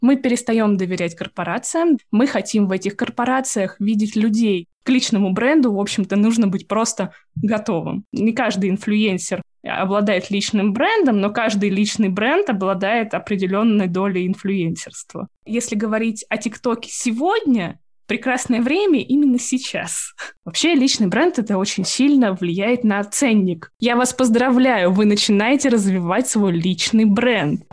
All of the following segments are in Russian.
Мы перестаем доверять корпорациям, мы хотим в этих корпорациях видеть людей. К личному бренду, в общем-то, нужно быть просто готовым. Не каждый инфлюенсер обладает личным брендом, но каждый личный бренд обладает определенной долей инфлюенсерства. Если говорить о ТикТоке сегодня, прекрасное время именно сейчас. Вообще, личный бренд — это очень сильно влияет на ценник. Я вас поздравляю, вы начинаете развивать свой личный бренд.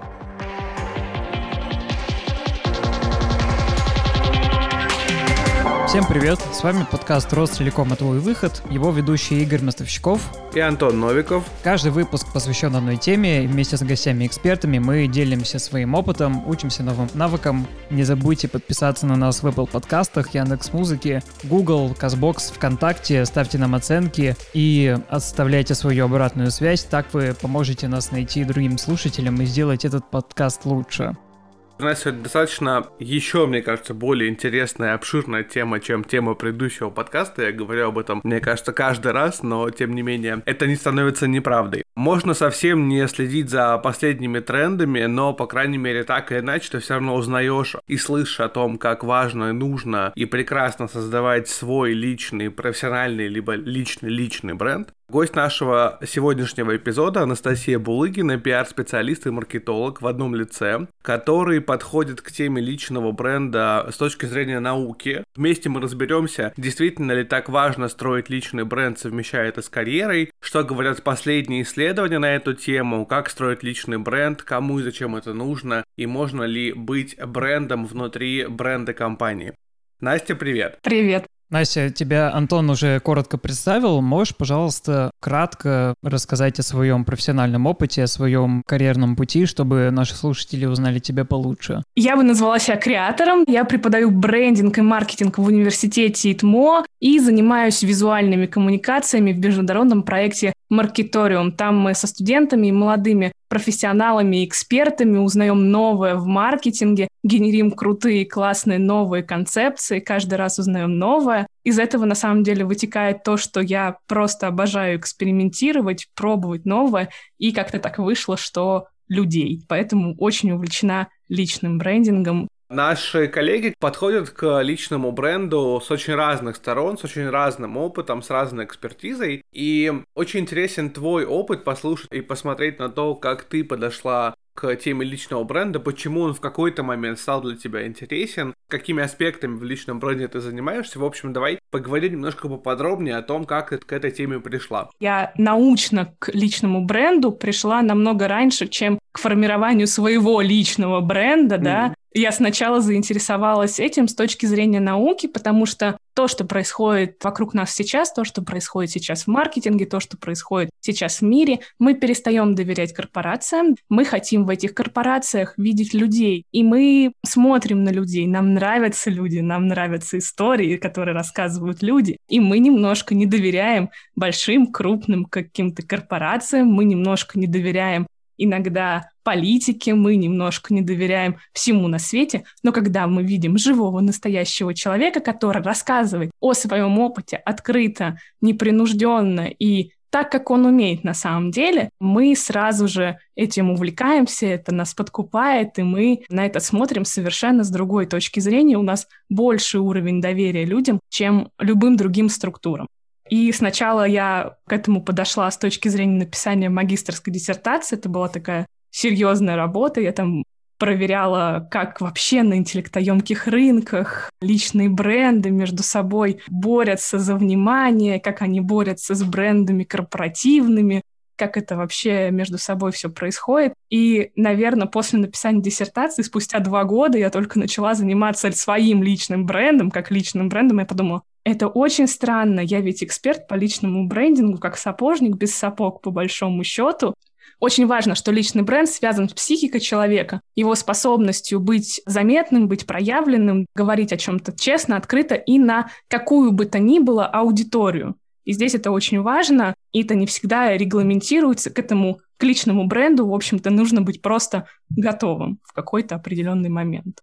Всем привет, с вами подкаст «Ростелеком. А твой выход», его ведущие Игорь Мостовщиков и Антон Новиков. Каждый выпуск посвящен одной теме, и вместе с гостями-экспертами мы делимся своим опытом, учимся новым навыкам. Не забудьте подписаться на нас в Apple подкастах, Яндекс.Музыке, Google, Castbox, ВКонтакте, ставьте нам оценки и оставляйте свою обратную связь, так вы поможете нас найти другим слушателям и сделать этот подкаст лучше. У нас сегодня достаточно еще, мне кажется, более интересная и обширная тема, чем тема предыдущего подкаста. Я говорю об этом, мне кажется, каждый раз, но, тем не менее, это не становится неправдой. Можно совсем не следить за последними трендами, но, по крайней мере, так или иначе, ты все равно узнаешь и слышишь о том, как важно и нужно и прекрасно создавать свой личный, профессиональный, либо личный бренд. Гость нашего сегодняшнего эпизода Анастасия Булыгина, пиар-специалист и маркетолог в одном лице, который подходит к теме личного бренда с точки зрения науки. Вместе мы разберемся, действительно ли так важно строить личный бренд, совмещая это с карьерой, что говорят последние исследования на эту тему, как строить личный бренд, кому и зачем это нужно, и можно ли быть брендом внутри бренда компании. Настя, привет! Привет! Настя, тебя Антон уже коротко представил. Можешь, пожалуйста, кратко рассказать о своем профессиональном опыте, о своем карьерном пути, чтобы наши слушатели узнали тебя получше? Я бы назвала себя креатором. Я преподаю брендинг и маркетинг в университете ИТМО и занимаюсь визуальными коммуникациями в международном проекте «Маркеториум». Там мы со студентами и молодыми профессионалами и экспертами узнаем новое в маркетинге, генерим крутые, классные новые концепции, каждый раз узнаем новое. Из этого на самом деле вытекает то, что я просто обожаю экспериментировать, пробовать новое, и как-то так вышло, что людей. Поэтому очень увлечена личным брендингом. Наши коллеги подходят к личному бренду с очень разных сторон, с очень разным опытом, с разной экспертизой. И очень интересен твой опыт послушать и посмотреть на то, как ты подошла к теме личного бренда, почему он в какой-то момент стал для тебя интересен, какими аспектами в личном бренде ты занимаешься. В общем, давай поговорим немножко поподробнее о том, как ты к этой теме пришла. Я научно к личному бренду пришла намного раньше, чем к формированию своего личного бренда, да. Я сначала заинтересовалась этим с точки зрения науки, потому что то, что происходит вокруг нас сейчас, то, что происходит сейчас в маркетинге, то, что происходит сейчас в мире, мы перестаем доверять корпорациям, мы хотим в этих корпорациях видеть людей, и мы смотрим на людей, нам нравятся люди, нам нравятся истории, которые рассказывают люди, и мы немножко не доверяем большим, крупным каким-то корпорациям, мы немножко не доверяем иногда политике, мы немножко не доверяем всему на свете, но когда мы видим живого, настоящего человека, который рассказывает о своем опыте открыто, непринужденно и так, как он умеет на самом деле, мы сразу же этим увлекаемся, это нас подкупает, и мы на это смотрим совершенно с другой точки зрения. У нас больший уровень доверия людям, чем любым другим структурам. И сначала я к этому подошла с точки зрения написания магистерской диссертации. Это была такая серьезная работа. Я там проверяла, как вообще на интеллектоемких рынках личные бренды между собой борются за внимание, как они борются с брендами корпоративными, как это вообще между собой все происходит. И, наверное, после написания диссертации, спустя 2 года, я только начала заниматься своим личным брендом, как личным брендом. Я подумала, это очень странно, я ведь эксперт по личному брендингу, как сапожник без сапог, по большому счету. Очень важно, что личный бренд связан с психикой человека, его способностью быть заметным, быть проявленным, говорить о чем-то честно, открыто и на какую бы то ни было аудиторию. И здесь это очень важно, и это не всегда регламентируется. К личному бренду, в общем-то, нужно быть просто готовым в какой-то определенный момент.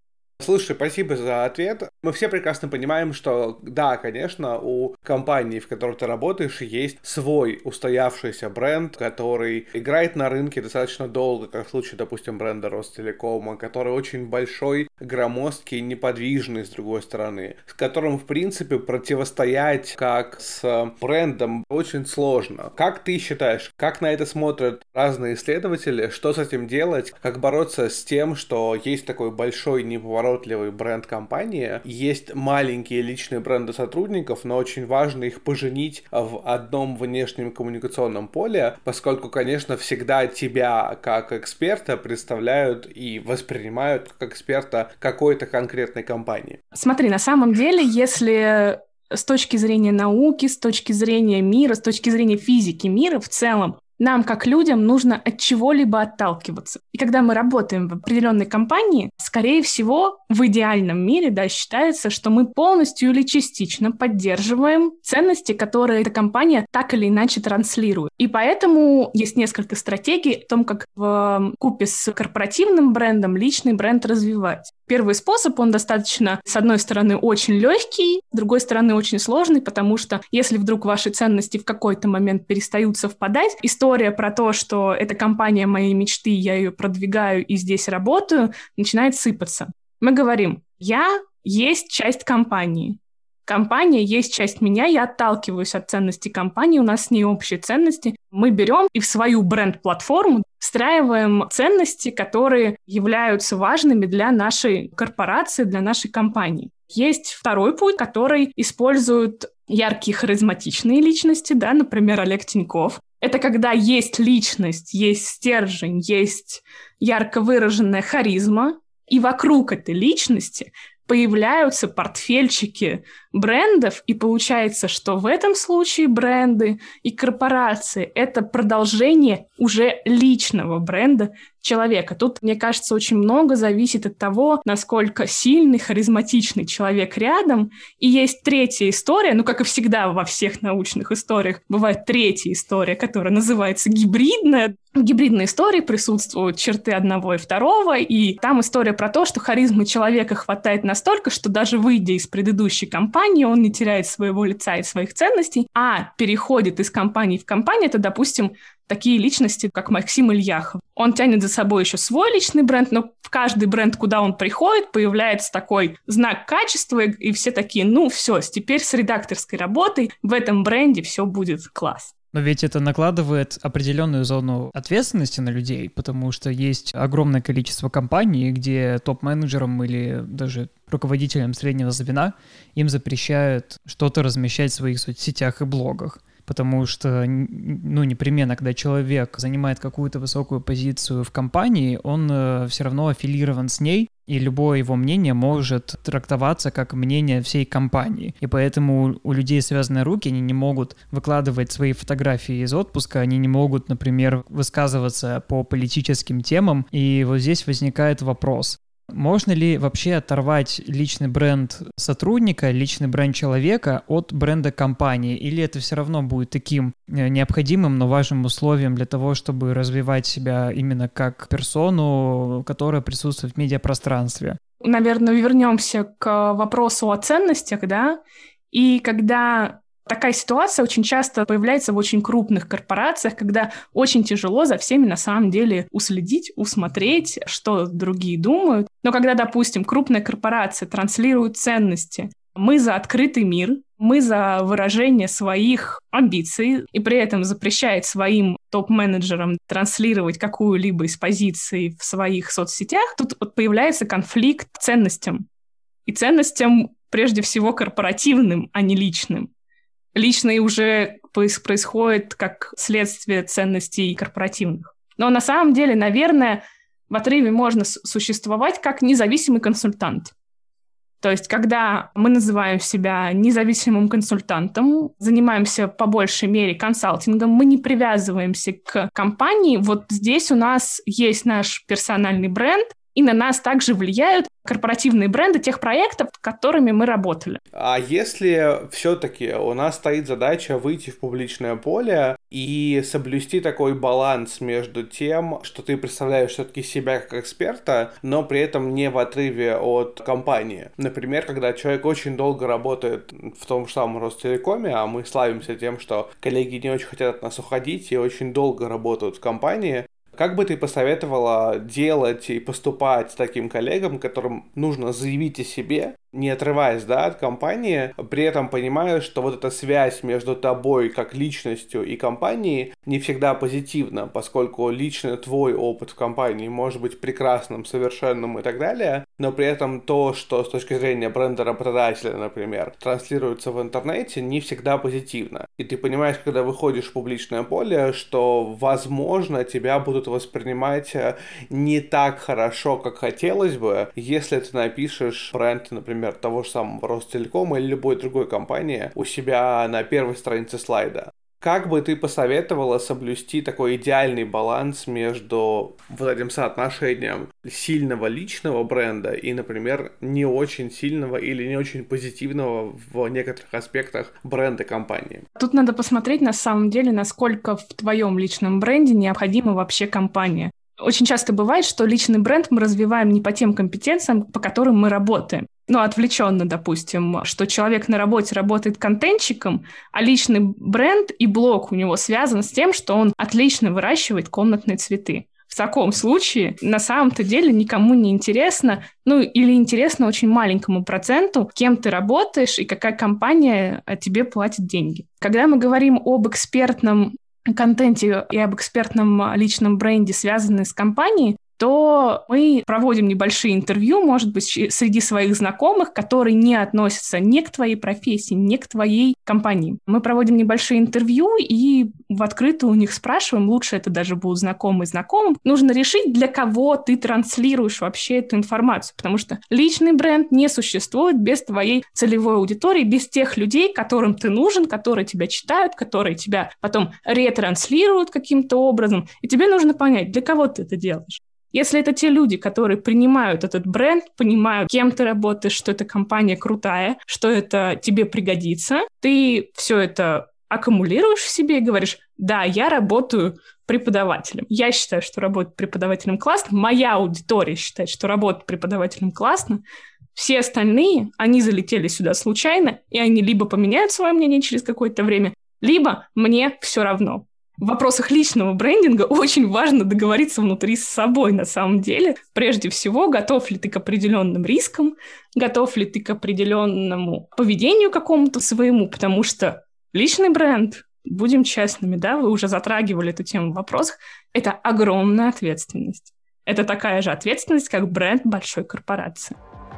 Слушай, спасибо за ответ. Мы все прекрасно понимаем, что да, конечно, у компании, в которой ты работаешь, есть свой устоявшийся бренд, который играет на рынке достаточно долго, как в случае, допустим, бренда Ростелекома, который очень большой, громоздкий, неподвижный, с другой стороны, с которым, в принципе, противостоять как с брендом очень сложно. Как ты считаешь, как на это смотрят разные исследователи, что с этим делать, как бороться с тем, что есть такой большой неповоротливый бренд компании, есть маленькие личные бренды сотрудников, но очень важно их поженить в одном внешнем коммуникационном поле, поскольку, конечно, всегда тебя как эксперта представляют и воспринимают как эксперта какой-то конкретной компании. Смотри, на самом деле, если с точки зрения науки, с точки зрения мира, с точки зрения физики мира в целом, нам, как людям, нужно от чего-либо отталкиваться. И когда мы работаем в определенной компании, скорее всего, в идеальном мире, да, считается, что мы полностью или частично поддерживаем ценности, которые эта компания так или иначе транслирует. И поэтому есть несколько стратегий о том, как в купе с корпоративным брендом личный бренд развивать. Первый способ, он достаточно, с одной стороны, очень легкий, с другой стороны, очень сложный, потому что если вдруг ваши ценности в какой-то момент перестают совпадать, история про то, что эта компания моей мечты, я ее продвигаю и здесь работаю, начинает сыпаться. Мы говорим, я есть часть компании. Компания есть часть меня, я отталкиваюсь от ценностей компании, у нас с ней общие ценности. Мы берем и в свою бренд-платформу встраиваем ценности, которые являются важными для нашей корпорации, для нашей компании. Есть второй путь, который используют яркие харизматичные личности, да, например, Олег Тиньков. Это когда есть личность, есть стержень, есть ярко выраженная харизма, и вокруг этой личности появляются портфельчики брендов, и получается, что в этом случае бренды и корпорации — это продолжение уже личного бренда человека. Тут, мне кажется, очень много зависит от того, насколько сильный, харизматичный человек рядом. И есть третья история, ну, как и всегда во всех научных историях, бывает третья история, которая называется гибридная. В гибридной истории присутствуют черты одного и второго, и там история про то, что харизмы человека хватает настолько, что даже выйдя из предыдущей компании, он не теряет своего лица и своих ценностей, а переходит из компании в компанию. Это, допустим, такие личности, как Максим Ильяхов. Он тянет за собой еще свой личный бренд, но в каждый бренд, куда он приходит, появляется такой знак качества, и все такие, ну все, теперь с редакторской работой в этом бренде все будет класс. Но ведь это накладывает определенную зону ответственности на людей, потому что есть огромное количество компаний, где топ-менеджерам или даже руководителям среднего звена им запрещают что-то размещать в своих соцсетях и блогах. Потому что, ну, непременно, когда человек занимает какую-то высокую позицию в компании, он все равно аффилирован с ней, и любое его мнение может трактоваться как мнение всей компании. И поэтому у людей связанные руки, они не могут выкладывать свои фотографии из отпуска, они не могут, например, высказываться по политическим темам. И вот здесь возникает вопрос. Можно ли вообще оторвать личный бренд сотрудника, личный бренд человека от бренда компании? Или это все равно будет таким необходимым, но важным условием для того, чтобы развивать себя именно как персону, которая присутствует в медиапространстве? Наверное, вернемся к вопросу о ценностях, да? И когда такая ситуация очень часто появляется в очень крупных корпорациях, когда очень тяжело за всеми на самом деле уследить, усмотреть, что другие думают. Но когда, допустим, крупная корпорация транслирует ценности, мы за открытый мир, мы за выражение своих амбиций и при этом запрещает своим топ-менеджерам транслировать какую-либо из позиций в своих соцсетях, тут вот появляется конфликт ценностям. И ценностям прежде всего корпоративным, а не личным. Личное уже происходит как следствие ценностей корпоративных. Но на самом деле, наверное, в отрыве можно существовать как независимый консультант. То есть, когда мы называем себя независимым консультантом, занимаемся по большей мере консалтингом, мы не привязываемся к компании. Вот здесь у нас есть наш персональный бренд, и на нас также влияют корпоративные бренды тех проектов, с которыми мы работали. А если все-таки у нас стоит задача выйти в публичное поле и соблюсти такой баланс между тем, что ты представляешь все-таки себя как эксперта, но при этом не в отрыве от компании. Например, когда человек очень долго работает в том же самом Ростелекоме, а мы славимся тем, что коллеги не очень хотят от нас уходить и очень долго работают в компании, как бы ты посоветовала делать и поступать с таким коллегам, которым нужно заявить о себе, не отрываясь, от компании, при этом понимая, что вот эта связь между тобой как личностью и компанией не всегда позитивна, поскольку лично твой опыт в компании может быть прекрасным, совершенным и так далее, но при этом то, что с точки зрения бренда работодателя, например, транслируется в интернете, не всегда позитивно. И ты понимаешь, когда выходишь в публичное поле, что, возможно, тебя будут воспринимать не так хорошо, как хотелось бы, если ты напишешь бренд, например, того же самого Ростелекома или любой другой компании у себя на первой странице слайда. Как бы ты посоветовала соблюсти такой идеальный баланс между вот этим соотношением сильного личного бренда и, например, не очень сильного или не очень позитивного в некоторых аспектах бренда компании? Тут надо посмотреть на самом деле, насколько в твоем личном бренде необходима вообще компания. Очень часто бывает, что личный бренд мы развиваем не по тем компетенциям, по которым мы работаем. Отвлеченно, допустим, что человек на работе работает контентщиком, а личный бренд и блог у него связан с тем, что он отлично выращивает комнатные цветы. В таком случае на самом-то деле никому не интересно, или интересно очень маленькому проценту, кем ты работаешь и какая компания тебе платит деньги. Когда мы говорим об экспертном контенте и об экспертном личном бренде, связанном с компанией, то мы проводим небольшие интервью, может быть, среди своих знакомых, которые не относятся ни к твоей профессии, ни к твоей компании. Мы проводим небольшие интервью и в открытую у них спрашиваем, лучше это даже будут знакомые знакомым. Нужно решить, для кого ты транслируешь вообще эту информацию, потому что личный бренд не существует без твоей целевой аудитории, без тех людей, которым ты нужен, которые тебя читают, которые тебя потом ретранслируют каким-то образом. И тебе нужно понять, для кого ты это делаешь. Если это те люди, которые принимают этот бренд, понимают, кем ты работаешь, что эта компания крутая, что это тебе пригодится, ты все это аккумулируешь в себе и говоришь, да, я работаю преподавателем. Я считаю, что работать преподавателем классно. Моя аудитория считает, что работать преподавателем классно. Все остальные, они залетели сюда случайно, и они либо поменяют свое мнение через какое-то время, либо мне все равно. В вопросах личного брендинга очень важно договориться внутри с собой на самом деле. Прежде всего, готов ли ты к определенным рискам, готов ли ты к определенному поведению какому-то своему, потому что личный бренд, будем честными, вы уже затрагивали эту тему в вопросах, это огромная ответственность. Это такая же ответственность, как бренд большой корпорации.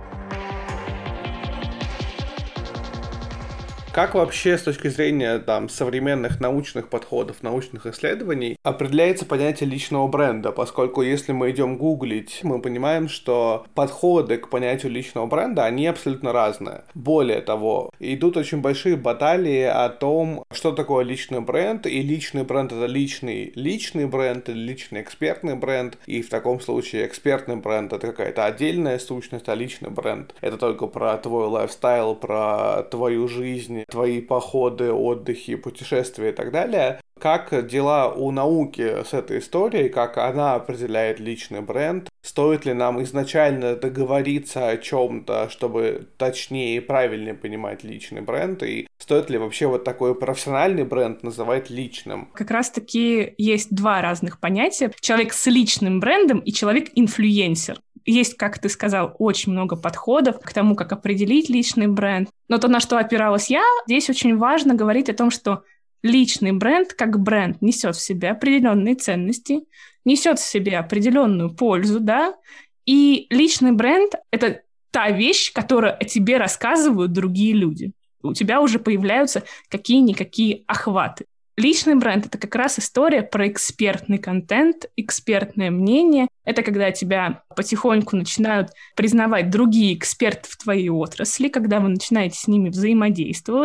Как вообще с точки зрения современных научных подходов, научных исследований определяется понятие личного бренда? Поскольку если мы идем гуглить, мы понимаем, что подходы к понятию личного бренда, они абсолютно разные. Более того, идут очень большие баталии о том, что такое личный бренд, и личный бренд — это личный бренд или личный экспертный бренд, и в таком случае экспертный бренд — это какая-то отдельная сущность, а личный бренд — это только про твой лайфстайл, про твою жизнь, твои походы, отдыхи, путешествия и так далее. Как дела у науки с этой историей, как она определяет личный бренд? Стоит ли нам изначально договориться о чем-то, чтобы точнее и правильнее понимать личный бренд? И стоит ли вообще вот такой профессиональный бренд называть личным? Как раз-таки есть два разных понятия. Человек с личным брендом и человек-инфлюенсер. Есть, как ты сказал, очень много подходов к тому, как определить личный бренд. Но то, на что опиралась я, здесь очень важно говорить о том, что личный бренд, как бренд, несет в себе определенные ценности, несет в себе определенную пользу, и личный бренд — это та вещь, которую о тебе рассказывают другие люди. У тебя уже появляются какие-никакие охваты. Личный бренд — это как раз история про экспертный контент, экспертное мнение. Это когда тебя потихоньку начинают признавать другие эксперты в твоей отрасли, когда вы начинаете с ними взаимодействовать,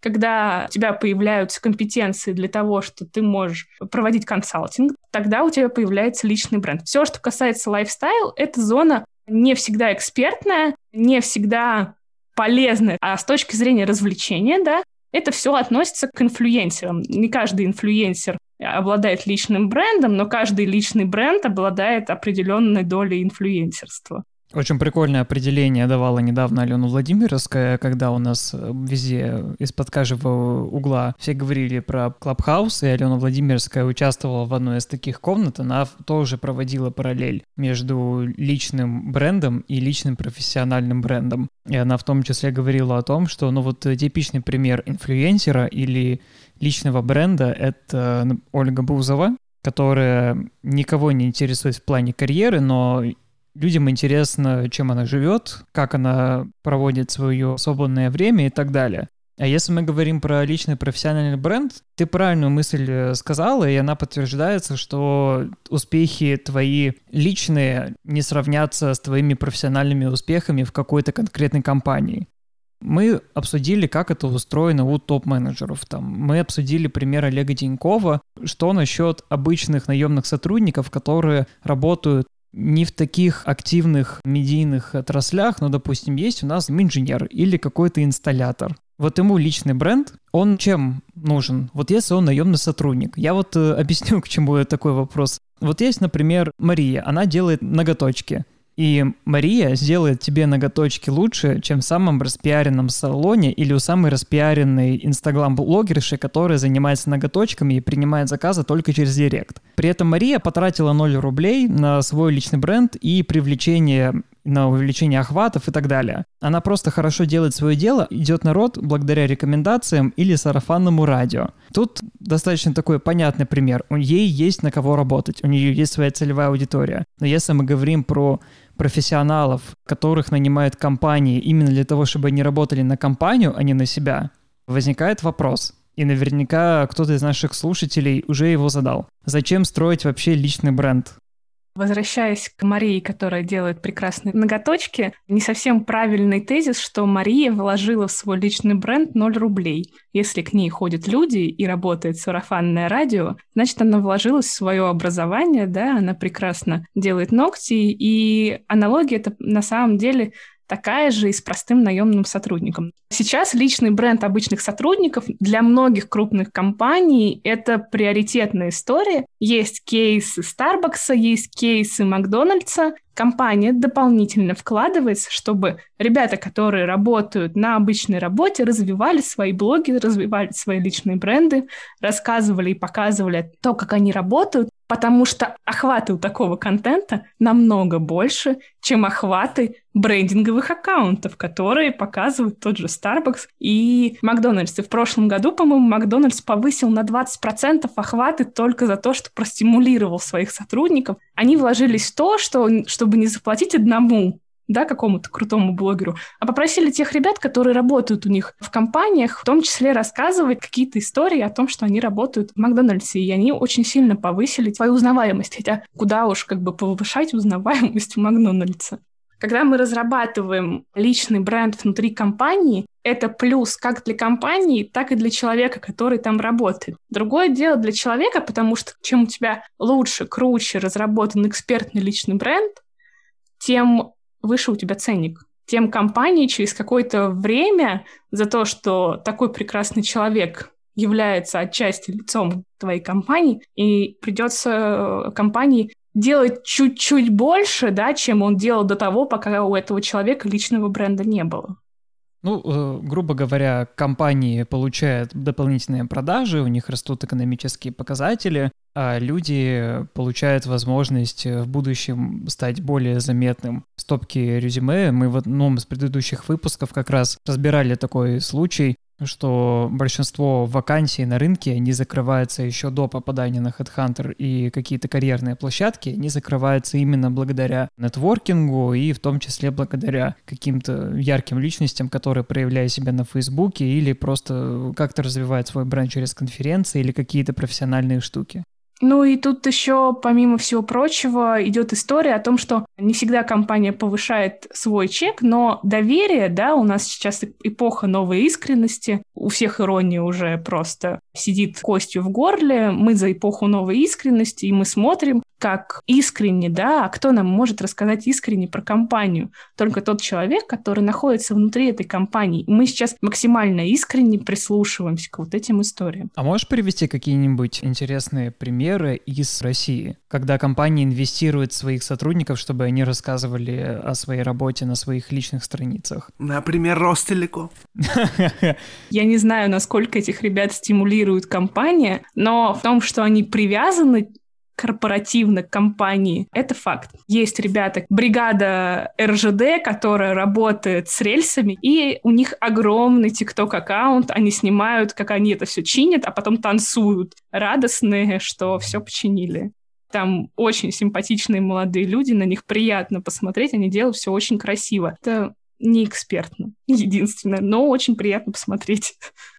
Когда у тебя появляются компетенции для того, что ты можешь проводить консалтинг, тогда у тебя появляется личный бренд. Все, что касается лайфстайл, это зона не всегда экспертная, не всегда полезная, а с точки зрения развлечения, да, это все относится к инфлюенсерам. Не каждый инфлюенсер обладает личным брендом, но каждый личный бренд обладает определенной долей инфлюенсерства. Очень прикольное определение давала недавно Алена Владимировская, когда у нас везде из-под каждого угла все говорили про Клабхаус, и Алена Владимировская участвовала в одной из таких комнат, она тоже проводила параллель между личным брендом и личным профессиональным брендом. И она в том числе говорила о том, что типичный пример инфлюенсера или личного бренда — это Ольга Бузова, которая никого не интересует в плане карьеры, но людям интересно, чем она живет, как она проводит свое свободное время и так далее. А если мы говорим про личный профессиональный бренд, ты правильную мысль сказала, и она подтверждается, что успехи твои личные не сравнятся с твоими профессиональными успехами в какой-то конкретной компании. Мы обсудили, как это устроено у топ-менеджеров. Мы обсудили пример Олега Тинькова. Что насчет обычных наемных сотрудников, которые работают не в таких активных медийных отраслях, но, допустим, есть у нас инженер или какой-то инсталлятор. Вот ему личный бренд, он чем нужен? Вот если он наемный сотрудник. Я объясню, к чему такой вопрос. Вот есть, например, Мария, она делает ноготочки. И Мария сделает тебе ноготочки лучше, чем в самом распиаренном салоне или у самой распиаренной инстаграм-блогерши, которая занимается ноготочками и принимает заказы только через директ. При этом Мария потратила 0 рублей на свой личный бренд и на увеличение охватов и так далее. Она просто хорошо делает свое дело, идет народ благодаря рекомендациям или сарафанному радио. Тут достаточно такой понятный пример. Ей есть на кого работать, у нее есть своя целевая аудитория. Но если мы говорим про профессионалов, которых нанимают компании именно для того, чтобы они работали на компанию, а не на себя, возникает вопрос. И наверняка кто-то из наших слушателей уже его задал. Зачем строить вообще личный бренд? Возвращаясь к Марии, которая делает прекрасные ноготочки, не совсем правильный тезис, что Мария вложила в свой личный бренд 0 рублей. Если к ней ходят люди и работает сарафанное радио, значит, она вложилась в свое образование, да, она прекрасно делает ногти, и аналогия это на самом деле такая же и с простым наемным сотрудником. Сейчас личный бренд обычных сотрудников для многих крупных компаний — это приоритетная история. Есть кейсы Starbucks, есть кейсы Макдональдса. Компания дополнительно вкладывается, чтобы ребята, которые работают на обычной работе, развивали свои блоги, развивали свои личные бренды, рассказывали и показывали то, как они работают, потому что охваты у такого контента намного больше, чем охваты брендинговых аккаунтов, которые показывают тот же Starbucks и Макдональдс. И в прошлом году, по-моему, Макдональдс повысил на 20% охваты только за то, что простимулировал своих сотрудников. Они вложились в то, чтобы не заплатить одному, да, какому-то крутому блогеру, а попросили тех ребят, которые работают у них в компаниях, в том числе рассказывать какие-то истории о том, что они работают в Макдональдсе, и они очень сильно повысили свою узнаваемость, хотя куда уж повышать узнаваемость у Макдональдса. Когда мы разрабатываем личный бренд внутри компании, это плюс как для компании, так и для человека, который там работает. Другое дело для человека, потому что чем у тебя лучше, круче разработан экспертный личный бренд, тем выше у тебя ценник. Тем компании через какое-то время за то, что такой прекрасный человек является отчасти лицом твоей компании, и придется компании делать чуть-чуть больше, да, чем он делал до того, пока у этого человека личного бренда не было. Грубо говоря, компании получают дополнительные продажи, у них растут экономические показатели, а люди получают возможность в будущем стать более заметным. В стопке резюме мы в одном из предыдущих выпусков как раз разбирали такой случай, что большинство вакансий на рынке, они закрываются еще до попадания на HeadHunter, и какие-то карьерные площадки, они закрываются именно благодаря нетворкингу и в том числе благодаря каким-то ярким личностям, которые проявляют себя на Фейсбуке или просто как-то развивают свой бренд через конференции или какие-то профессиональные штуки. Ну и тут еще, помимо всего прочего, идет история о том, что не всегда компания повышает свой чек, но доверие, да, у нас сейчас эпоха новой искренности, у всех ирония уже просто сидит костью в горле, мы за эпоху новой искренности, и мы смотрим, как искренне, да, а кто нам может рассказать искренне про компанию? Только тот человек, который находится внутри этой компании. И мы сейчас максимально искренне прислушиваемся к вот этим историям. А можешь привести какие-нибудь интересные примеры из России, когда компания инвестирует в своих сотрудников, чтобы они рассказывали о своей работе на своих личных страницах? Например, Ростелеком. Я не знаю, насколько этих ребят стимулирует компания, но в том, что они привязаны корпоративно к компании, это факт. Есть ребята, бригада РЖД, которая работает с рельсами, и у них огромный TikTok-аккаунт, они снимают, как они это все чинят, а потом танцуют, радостные, что все починили. Там очень симпатичные молодые люди, на них приятно посмотреть, они делают все очень красиво. Это не экспертно, единственное, но очень приятно посмотреть.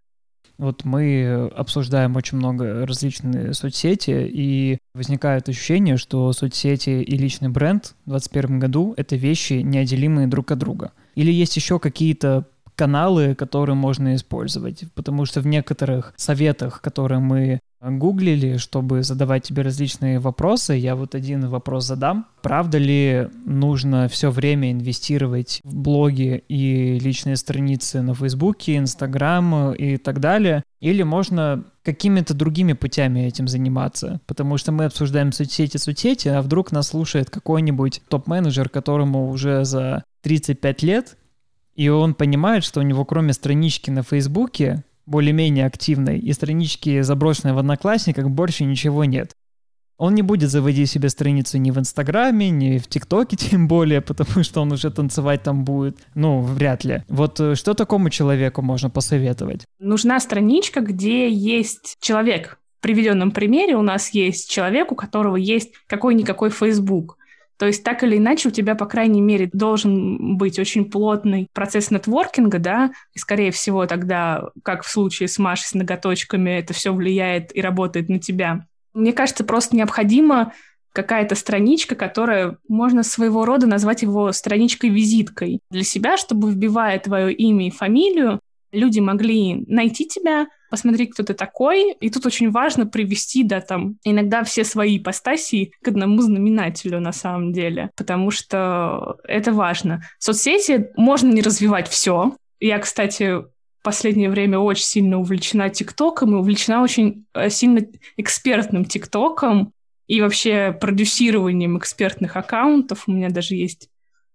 Вот мы обсуждаем очень много различных соцсети, и возникает ощущение, что соцсети и личный бренд в 2021 году — это вещи, неотделимые друг от друга. Или есть еще какие-то каналы, которые можно использовать, потому что в некоторых советах, которые мы гуглили, чтобы задавать тебе различные вопросы, я вот один вопрос задам. Правда ли нужно все время инвестировать в блоги и личные страницы на Фейсбуке, Инстаграм и так далее? Или можно какими-то другими путями этим заниматься? Потому что мы обсуждаем соцсети, а вдруг нас слушает какой-нибудь топ-менеджер, которому уже за 35 лет, и он понимает, что у него кроме странички на Фейсбуке, более-менее активной, и странички, заброшенной в Одноклассниках, больше ничего нет. Он не будет заводить себе страницу ни в Инстаграме, ни в ТикТоке, тем более, потому что он уже танцевать там будет. Ну, вряд ли. Вот что такому человеку можно посоветовать? Нужна страничка, где есть человек. В приведенном примере у нас есть человек, у которого есть какой-никакой Facebook. То есть так или иначе у тебя, по крайней мере, должен быть очень плотный процесс нетворкинга, да, и, скорее всего, тогда, как в случае с Машей с ноготочками, это все влияет и работает на тебя. Мне кажется, просто необходима какая-то страничка, которая можно своего рода назвать его страничкой-визиткой для себя, чтобы, вбивая твое имя и фамилию, люди могли найти тебя, посмотреть, кто ты такой. И тут очень важно привести, да, там, иногда все свои ипостаси к одному знаменателю на самом деле, потому что это важно. Соцсети можно не развивать все. Я, кстати, в последнее время очень сильно увлечена ТикТоком и увлечена очень сильно экспертным ТикТоком и вообще продюсированием экспертных аккаунтов. У меня даже есть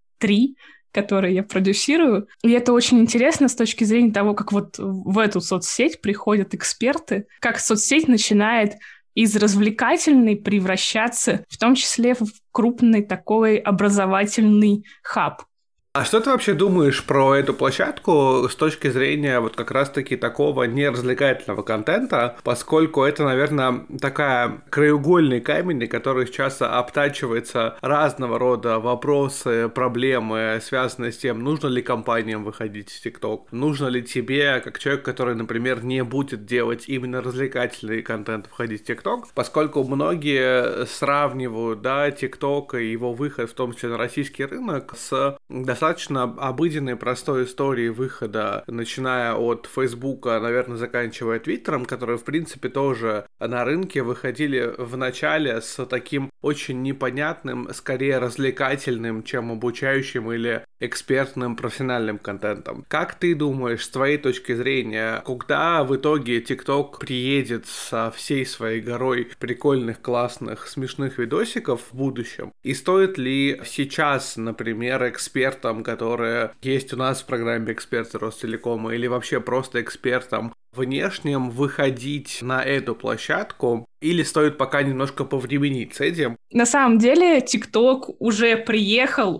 3, которые я продюсирую. И это очень интересно с точки зрения того, как вот в эту соцсеть приходят эксперты, как соцсеть начинает из развлекательной превращаться в том числе в крупный такой образовательный хаб. А что ты вообще думаешь про эту площадку с точки зрения вот как раз-таки такого неразвлекательного контента, поскольку это, наверное, такая краеугольный камень, который сейчас обтачивается разного рода вопросы, проблемы, связанные с тем, нужно ли компаниям выходить в ТикТок, нужно ли тебе, как человек, который, например, не будет делать именно развлекательный контент, входить в ТикТок, поскольку многие сравнивают, да, ТикТок и его выход, в том числе на российский рынок, с достаточно обыденной, простой историей выхода, начиная от Фейсбука, наверное, заканчивая Твиттером, которые, в принципе, тоже на рынке выходили в начале с таким очень непонятным, скорее развлекательным, чем обучающим или экспертным профессиональным контентом. Как ты думаешь, с твоей точки зрения, когда в итоге TikTok приедет со всей своей горой прикольных, классных, смешных видосиков в будущем? И стоит ли сейчас, например, экспертам, которые есть у нас в программе «Эксперты Ростелекома», или вообще просто экспертам внешним, выходить на эту площадку, или стоит пока немножко повременить с этим? На самом деле TikTok уже приехал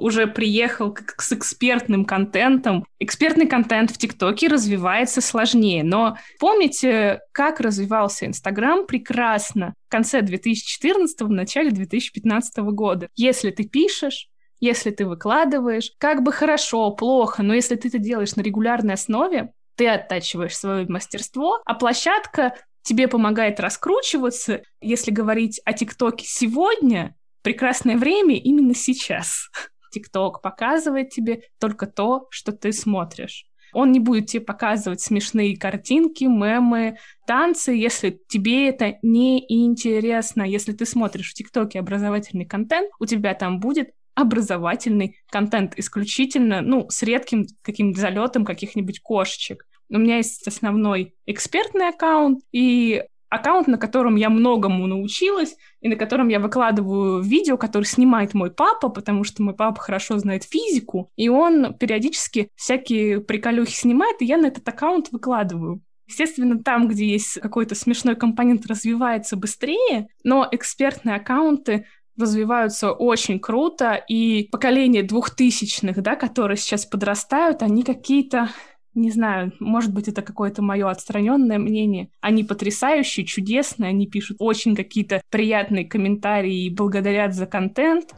с экспертным контентом. Экспертный контент в ТикТоке развивается сложнее, но помните, как развивался Инстаграм прекрасно в конце 2014-го, в начале 2015 года. Если ты пишешь, если ты выкладываешь, как бы хорошо, плохо, но если ты это делаешь на регулярной основе, ты оттачиваешь свое мастерство, а площадка тебе помогает раскручиваться. Если говорить о ТикТоке сегодня, прекрасное время именно сейчас. ТикТок показывает тебе только то, что ты смотришь. Он не будет тебе показывать смешные картинки, мемы, танцы, если тебе это не интересно. Если ты смотришь в ТикТоке образовательный контент, у тебя там будет образовательный контент исключительно, с редким каким-то залетом каких-нибудь кошечек. У меня есть основной экспертный аккаунт и аккаунт, на котором я многому научилась, и на котором я выкладываю видео, которые снимает мой папа, потому что мой папа хорошо знает физику, и он периодически всякие приколюхи снимает, и я на этот аккаунт выкладываю. Естественно, там, где есть какой-то смешной компонент, развивается быстрее, но экспертные аккаунты развиваются очень круто, и поколение 2000-х, да, которые сейчас подрастают, они какие-то... Не знаю, может быть, это какое-то мое отстраненное мнение. Они потрясающие, чудесные, они пишут очень какие-то приятные комментарии и благодарят за контент.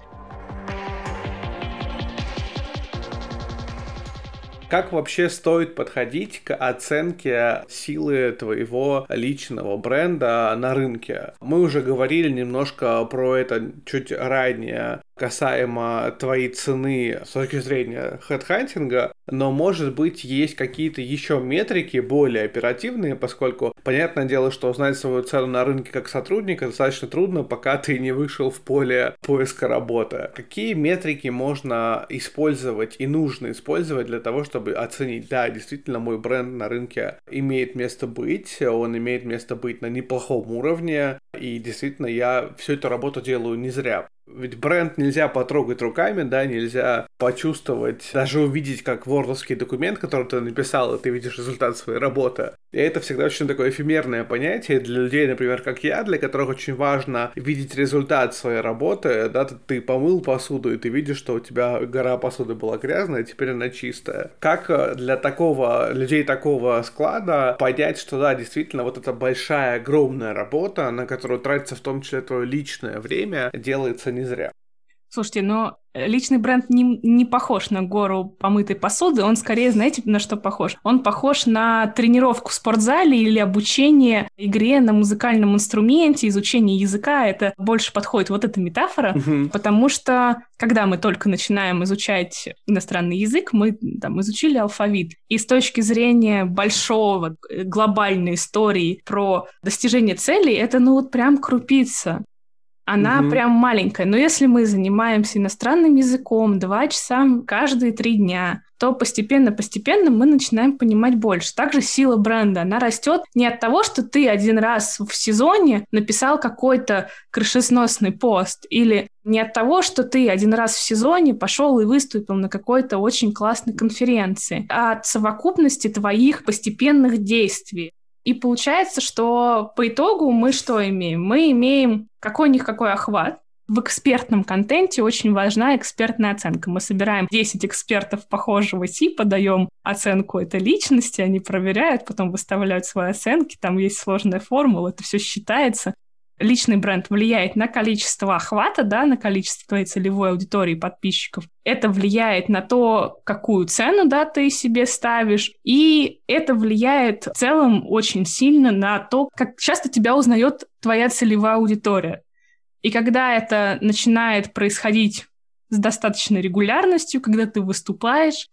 Как вообще стоит подходить к оценке силы твоего личного бренда на рынке? Мы уже говорили немножко про это чуть ранее, касаемо твоей цены с точки зрения хедхантинга, но, может быть, есть какие-то еще метрики более оперативные, поскольку, понятное дело, что узнать свою цену на рынке как сотрудника достаточно трудно, пока ты не вышел в поле поиска работы. Какие метрики можно использовать и нужно использовать для того, чтобы оценить, да, действительно, мой бренд на рынке имеет место быть, он имеет место быть на неплохом уровне, и действительно, я всю эту работу делаю не зря. Ведь бренд нельзя потрогать руками, да, нельзя почувствовать, даже увидеть как вордовский документ, который ты написал, и ты видишь результат своей работы. И это всегда очень такое эфемерное понятие для людей, например, как я, для которых очень важно видеть результат своей работы, да, ты помыл посуду, и ты видишь, что у тебя гора посуды была грязная, а теперь она чистая. Как для людей такого склада понять, что да, действительно, вот эта большая, огромная работа, на которую тратится в том числе твое личное время, делается не зря. Слушайте, но личный бренд не похож на гору помытой посуды, он скорее, знаете, на что похож? Он похож на тренировку в спортзале или обучение игре на музыкальном инструменте, изучение языка. Это больше подходит вот эта метафора, потому что когда мы только начинаем изучать иностранный язык, мы там изучили алфавит. И с точки зрения большого глобальной истории про достижение целей, это прям крупица. Она прям маленькая. Но если мы занимаемся иностранным языком 2 часа каждые 3 дня, то постепенно мы начинаем понимать больше. Также сила бренда, она растет не от того, что ты один раз в сезоне написал какой-то крышесносный пост, или не от того, что ты один раз в сезоне пошел и выступил на какой-то очень классной конференции, а от совокупности твоих постепенных действий. И получается, что по итогу мы что имеем? Мы имеем какой-никакой охват. В экспертном контенте очень важна экспертная оценка. Мы собираем 10 экспертов похожего типа, даем оценку этой личности, они проверяют, потом выставляют свои оценки, там есть сложная формула, это все считается. Личный бренд влияет на количество охвата, да, на количество твоей целевой аудитории подписчиков. Это влияет на то, какую цену, да, ты себе ставишь. И это влияет в целом очень сильно на то, как часто тебя узнает твоя целевая аудитория. И когда это начинает происходить с достаточной регулярностью, когда ты выступаешь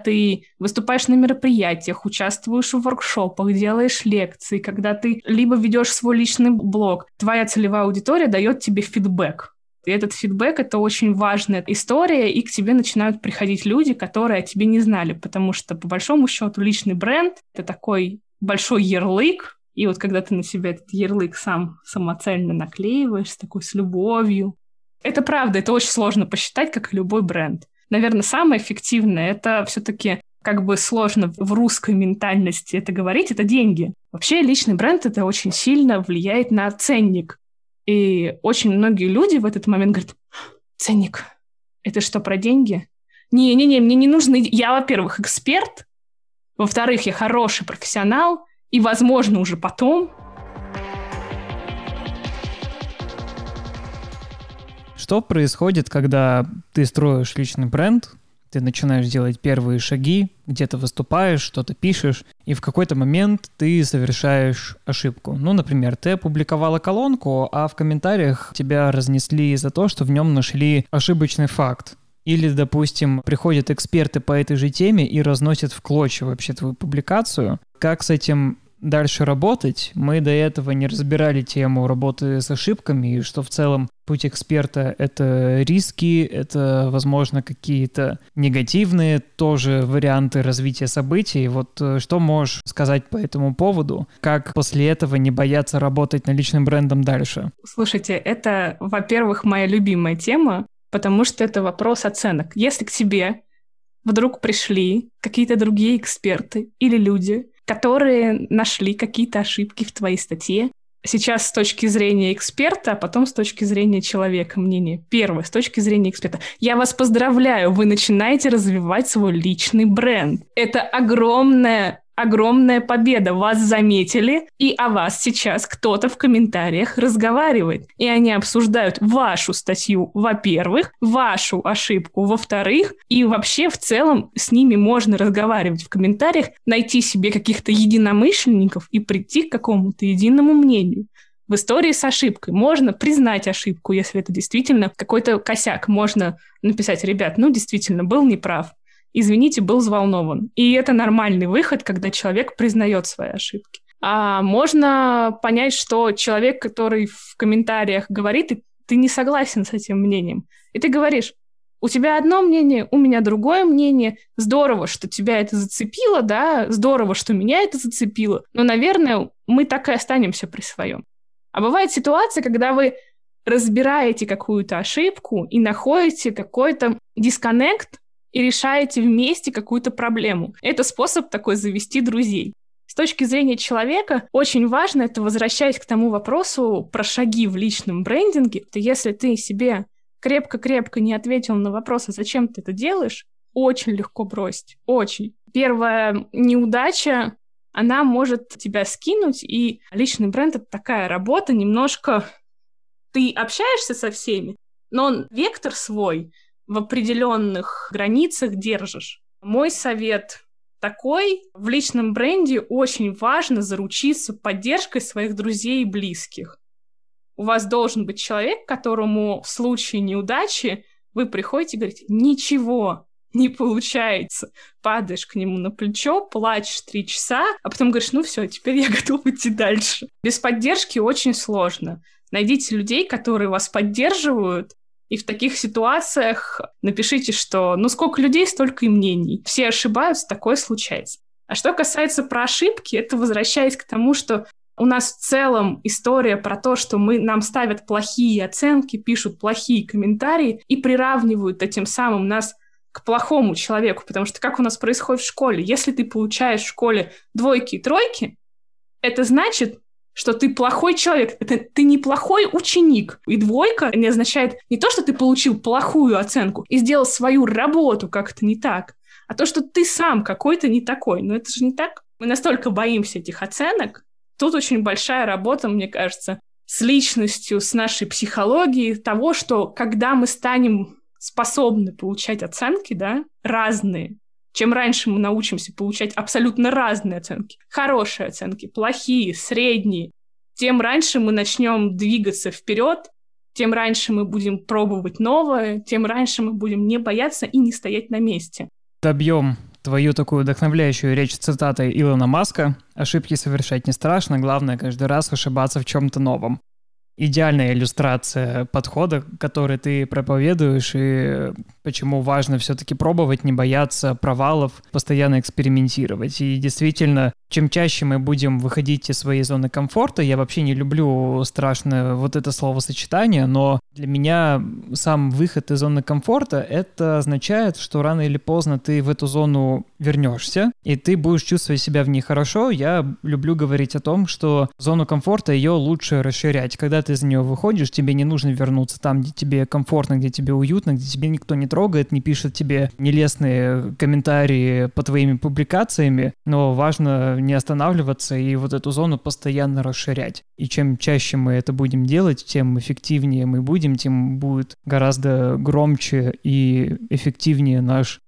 на мероприятиях, участвуешь в воркшопах, делаешь лекции, когда ты либо ведешь свой личный блог, твоя целевая аудитория дает тебе фидбэк. И этот фидбэк — это очень важная история, и к тебе начинают приходить люди, которые о тебе не знали, потому что, по большому счету, личный бренд — это такой большой ярлык, и вот когда ты на себя этот ярлык сам самоцельно наклеиваешь, с любовью, это правда, это очень сложно посчитать, как и любой бренд. Наверное, самое эффективное — это все-таки сложно в русской ментальности это говорить, это деньги. Вообще личный бренд — это очень сильно влияет на ценник. И очень многие люди в этот момент говорят: ценник, это что, про деньги? Не-не-не, мне не нужно... Я, во-первых, эксперт, во-вторых, я хороший профессионал, и, возможно, уже потом... Что происходит, когда ты строишь личный бренд, ты начинаешь делать первые шаги, где-то выступаешь, что-то пишешь, и в какой-то момент ты совершаешь ошибку. Ну, например, ты опубликовала колонку, а в комментариях тебя разнесли за то, что в нем нашли ошибочный факт. Или, допустим, приходят эксперты по этой же теме и разносят в клочья вообще твою публикацию. Как с этим дальше работать? Мы до этого не разбирали тему работы с ошибками, и что в целом путь эксперта — это риски, это, возможно, какие-то негативные тоже варианты развития событий. Вот что можешь сказать по этому поводу? Как после этого не бояться работать над личным брендом дальше? Слушайте, это, во-первых, моя любимая тема, потому что это вопрос оценок. Если к тебе вдруг пришли какие-то другие эксперты или люди, которые нашли какие-то ошибки в твоей статье, сейчас с точки зрения эксперта, а потом с точки зрения человека мнение. Первое, с точки зрения эксперта. Я вас поздравляю, вы начинаете развивать свой личный бренд. Это огромная победа. Вас заметили, и о вас сейчас кто-то в комментариях разговаривает. И они обсуждают вашу статью, во-первых, вашу ошибку, во-вторых, и вообще в целом с ними можно разговаривать в комментариях, найти себе каких-то единомышленников и прийти к какому-то единому мнению. В истории с ошибкой можно признать ошибку, если это действительно какой-то косяк. Можно написать: ребят, действительно, был неправ. Извините, был взволнован. И это нормальный выход, когда человек признает свои ошибки. А можно понять, что человек, который в комментариях говорит, и ты не согласен с этим мнением. И ты говоришь: у тебя одно мнение, у меня другое мнение. Здорово, что тебя это зацепило, да, здорово, что меня это зацепило. Но, наверное, мы так и останемся при своем. А бывает ситуация, когда вы разбираете какую-то ошибку и находите какой-то дисконнект, и решаете вместе какую-то проблему. Это способ такой завести друзей. С точки зрения человека очень важно, это возвращаясь к тому вопросу про шаги в личном брендинге, то если ты себе крепко-крепко не ответил на вопрос, а зачем ты это делаешь, очень легко бросить. Очень. Первая неудача, она может тебя скинуть, и личный бренд — это такая работа, немножко ты общаешься со всеми, но вектор свой в определенных границах держишь. Мой совет такой: в личном бренде очень важно заручиться поддержкой своих друзей и близких. У вас должен быть человек, которому в случае неудачи вы приходите и говорите: ничего не получается. Падаешь к нему на плечо, плачешь 3 часа, а потом говоришь: все, теперь я готов идти дальше. Без поддержки очень сложно. Найдите людей, которые вас поддерживают, и в таких ситуациях напишите, что сколько людей, столько и мнений. Все ошибаются, такое случается. А что касается про ошибки, это возвращаясь к тому, что у нас в целом история про то, что нам ставят плохие оценки, пишут плохие комментарии и приравнивают этим самым нас к плохому человеку. Потому что как у нас происходит в школе? Если ты получаешь в школе 2 и 3, это значит, что ты плохой человек, это ты не плохой ученик. И 2 не означает не то, что ты получил плохую оценку и сделал свою работу как-то не так, а то, что ты сам какой-то не такой. Но это же не так. Мы настолько боимся этих оценок. Тут очень большая работа, мне кажется, с личностью, с нашей психологией, того, что когда мы станем способны получать оценки, да, разные, чем раньше мы научимся получать абсолютно разные оценки, хорошие оценки, плохие, средние, тем раньше мы начнем двигаться вперед, тем раньше мы будем пробовать новое, тем раньше мы будем не бояться и не стоять на месте. Добьем твою такую вдохновляющую речь цитатой Илона Маска: «Ошибки совершать не страшно, главное каждый раз ошибаться в чем-то новом». Идеальная иллюстрация подхода, который ты проповедуешь, и почему важно все-таки пробовать, не бояться провалов, постоянно экспериментировать. И действительно, чем чаще мы будем выходить из своей зоны комфорта, я вообще не люблю страшно вот это словосочетание, но для меня сам выход из зоны комфорта — это означает, что рано или поздно ты в эту зону вернешься, и ты будешь чувствовать себя в ней хорошо. Я люблю говорить о том, что зону комфорта ее лучше расширять. Когда ты из нее выходишь, тебе не нужно вернуться там, где тебе комфортно, где тебе уютно, где тебе никто не трогает, не пишет тебе нелестные комментарии по твоими публикациями, но важно не останавливаться и вот эту зону постоянно расширять. И чем чаще мы это будем делать, тем эффективнее мы будем, тем будет гораздо громче и эффективнее наш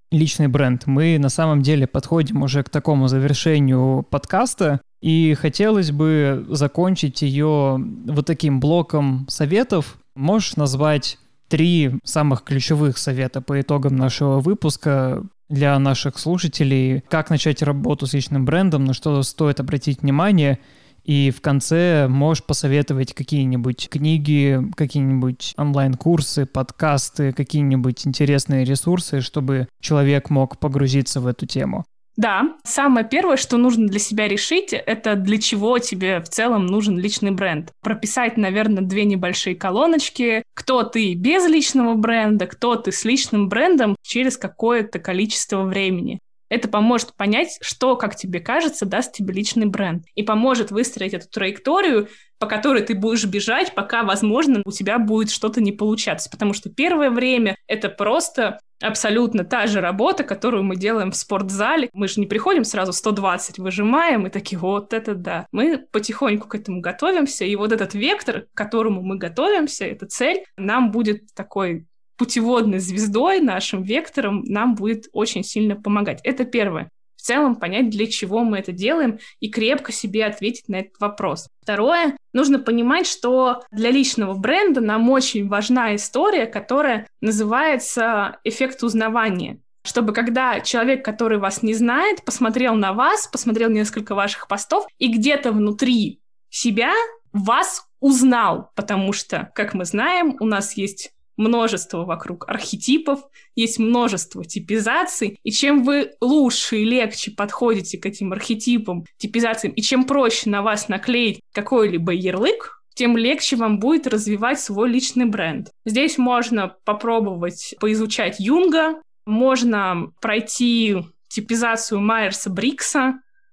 личный бренд. Мы на самом деле подходим уже к такому завершению подкаста, и хотелось бы закончить ее вот таким блоком советов. Можешь назвать 3 самых ключевых совета по итогам нашего выпуска для наших слушателей, как начать работу с личным брендом, на что стоит обратить внимание, и в конце можешь посоветовать какие-нибудь книги, какие-нибудь онлайн-курсы, подкасты, какие-нибудь интересные ресурсы, чтобы человек мог погрузиться в эту тему. Да, самое первое, что нужно для себя решить, это для чего тебе в целом нужен личный бренд. Прописать, наверное, 2 небольшие колоночки, кто ты без личного бренда, кто ты с личным брендом через какое-то количество времени. Это поможет понять, что, как тебе кажется, даст тебе личный бренд. И поможет выстроить эту траекторию, по которой ты будешь бежать, пока, возможно, у тебя будет что-то не получаться. Потому что первое время это просто абсолютно та же работа, которую мы делаем в спортзале. Мы же не приходим сразу 120 выжимаем и такие, вот это да. Мы потихоньку к этому готовимся, и вот этот вектор, к которому мы готовимся, эта цель, нам будет такой путеводной звездой, нашим вектором, нам будет очень сильно помогать. Это первое. В целом понять, для чего мы это делаем, и крепко себе ответить на этот вопрос. Второе, нужно понимать, что для личного бренда нам очень важна история, которая называется эффект узнавания. Чтобы когда человек, который вас не знает, посмотрел на вас, посмотрел несколько ваших постов и где-то внутри себя вас узнал. Потому что, как мы знаем, у нас есть множество вокруг архетипов, есть множество типизаций, и чем вы лучше и легче подходите к этим архетипам, типизациям, и чем проще на вас наклеить какой-либо ярлык, тем легче вам будет развивать свой личный бренд. Здесь можно попробовать поизучать Юнга, можно пройти типизацию Майерса-Брикса,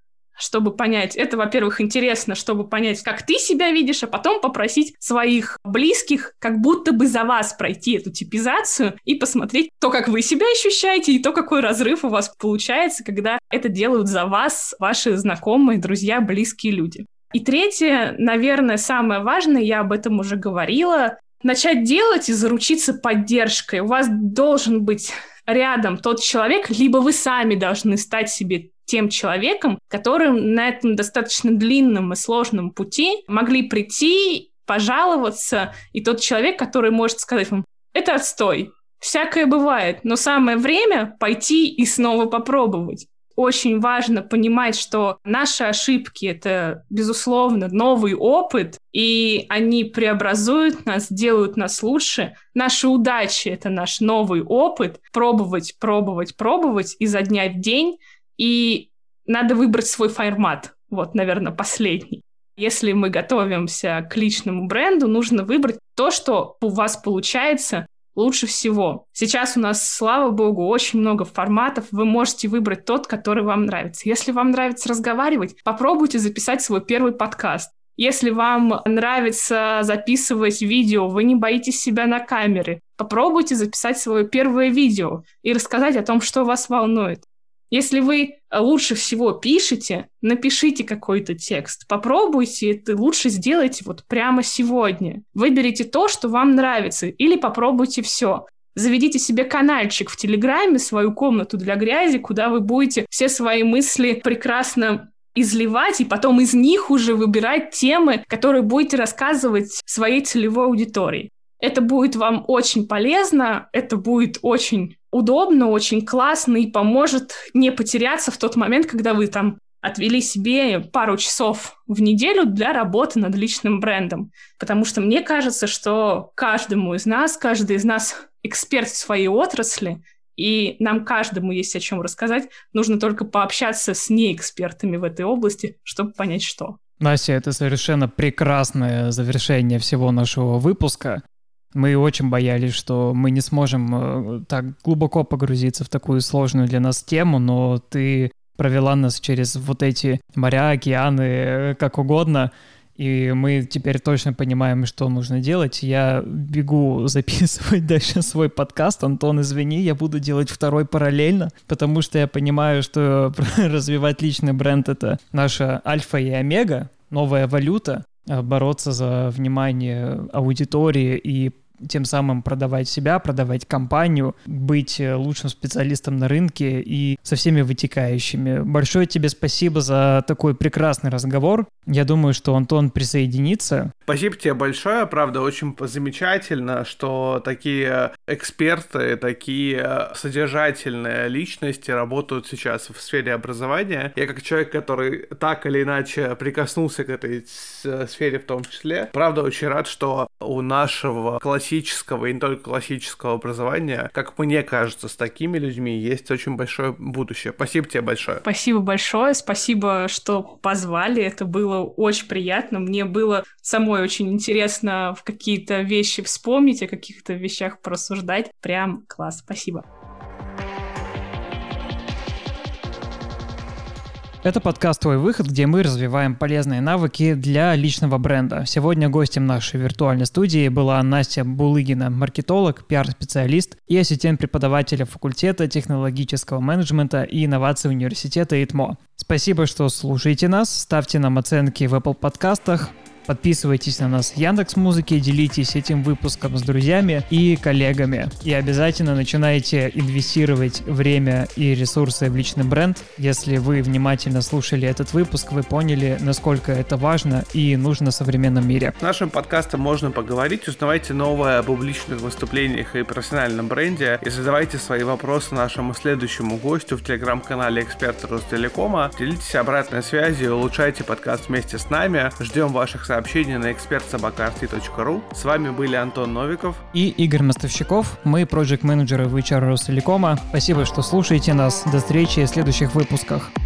чтобы понять, это, во-первых, интересно, чтобы понять, как ты себя видишь, а потом попросить своих близких как будто бы за вас пройти эту типизацию и посмотреть то, как вы себя ощущаете, и то, какой разрыв у вас получается, когда это делают за вас ваши знакомые, друзья, близкие люди. И третье, наверное, самое важное, я об этом уже говорила, начать делать и заручиться поддержкой. У вас должен быть рядом тот человек, либо вы сами должны стать себе тем человеком, которым на этом достаточно длинном и сложном пути могли прийти, пожаловаться, и тот человек, который может сказать вам, это отстой, всякое бывает, но самое время пойти и снова попробовать. Очень важно понимать, что наши ошибки — это, безусловно, новый опыт, и они преобразуют нас, делают нас лучше. Наши удачи — это наш новый опыт. Пробовать, пробовать, пробовать изо дня в день, и надо выбрать свой формат. Вот, наверное, последний. Если мы готовимся к личному бренду, нужно выбрать то, что у вас получается лучше всего. Сейчас у нас, слава богу, очень много форматов. Вы можете выбрать тот, который вам нравится. Если вам нравится разговаривать, попробуйте записать свой первый подкаст. Если вам нравится записывать видео, вы не боитесь себя на камере, попробуйте записать свое первое видео и рассказать о том, что вас волнует. Если вы лучше всего пишете, напишите какой-то текст. Попробуйте это, лучше сделайте вот прямо сегодня. Выберите то, что вам нравится, или попробуйте все. Заведите себе канальчик в Телеграме, свою комнату для грязи, куда вы будете все свои мысли прекрасно изливать, и потом из них уже выбирать темы, которые будете рассказывать своей целевой аудитории. Это будет вам очень полезно, это будет очень удобно, очень классно и поможет не потеряться в тот момент, когда вы там отвели себе пару часов в неделю для работы над личным брендом. Потому что мне кажется, что каждый из нас эксперт в своей отрасли, и нам каждому есть о чем рассказать. Нужно только пообщаться с неэкспертами в этой области, чтобы понять, что. Настя, это совершенно прекрасное завершение всего нашего выпуска. Мы очень боялись, что мы не сможем так глубоко погрузиться в такую сложную для нас тему, но ты провела нас через вот эти моря, океаны, как угодно, и мы теперь точно понимаем, что нужно делать. Я бегу записывать дальше свой подкаст. Антон, извини, я буду делать второй параллельно, потому что я понимаю, что развивать личный бренд — это наша альфа и омега, новая валюта, бороться за внимание аудитории и тем самым продавать себя, продавать компанию, быть лучшим специалистом на рынке и со всеми вытекающими. Большое тебе спасибо за такой прекрасный разговор. Я думаю, что Антон присоединится. Спасибо тебе большое, правда, очень замечательно, что такие эксперты, такие содержательные личности работают сейчас в сфере образования. Я как человек, который так или иначе прикоснулся к этой сфере в том числе, правда, очень рад, что у нашего классического и не только классического образования, как мне кажется, с такими людьми есть очень большое будущее. Спасибо тебе большое. Спасибо большое, спасибо, что позвали, это было очень приятно, мне было самой очень интересно в какие-то вещи вспомнить, о каких-то вещах порассуждать. Прям класс, спасибо. Это подкаст «Твой выход», где мы развиваем полезные навыки для личного бренда. Сегодня гостем нашей виртуальной студии была Настя Булыгина, маркетолог, пиар-специалист и ассистент преподавателя факультета технологического менеджмента и инноваций университета ИТМО. Спасибо, что слушаете нас, ставьте нам оценки в Apple подкастах, подписывайтесь на нас в Яндекс.Музыке, делитесь этим выпуском с друзьями и коллегами. И обязательно начинайте инвестировать время и ресурсы в личный бренд. Если вы внимательно слушали этот выпуск, вы поняли, насколько это важно и нужно в современном мире. С нашим подкастом можно поговорить, узнавайте новое о публичных выступлениях и профессиональном бренде и задавайте свои вопросы нашему следующему гостю в телеграм-канале «Эксперты Ростелекома». Делитесь обратной связью, улучшайте подкаст вместе с нами. Ждем ваших сообщений на expertsobaka.rt.ru. С вами были Антон Новиков и Игорь Мостовщиков. Мы проект-менеджеры в HR Ростелекома. Спасибо, что слушаете нас. До встречи в следующих выпусках.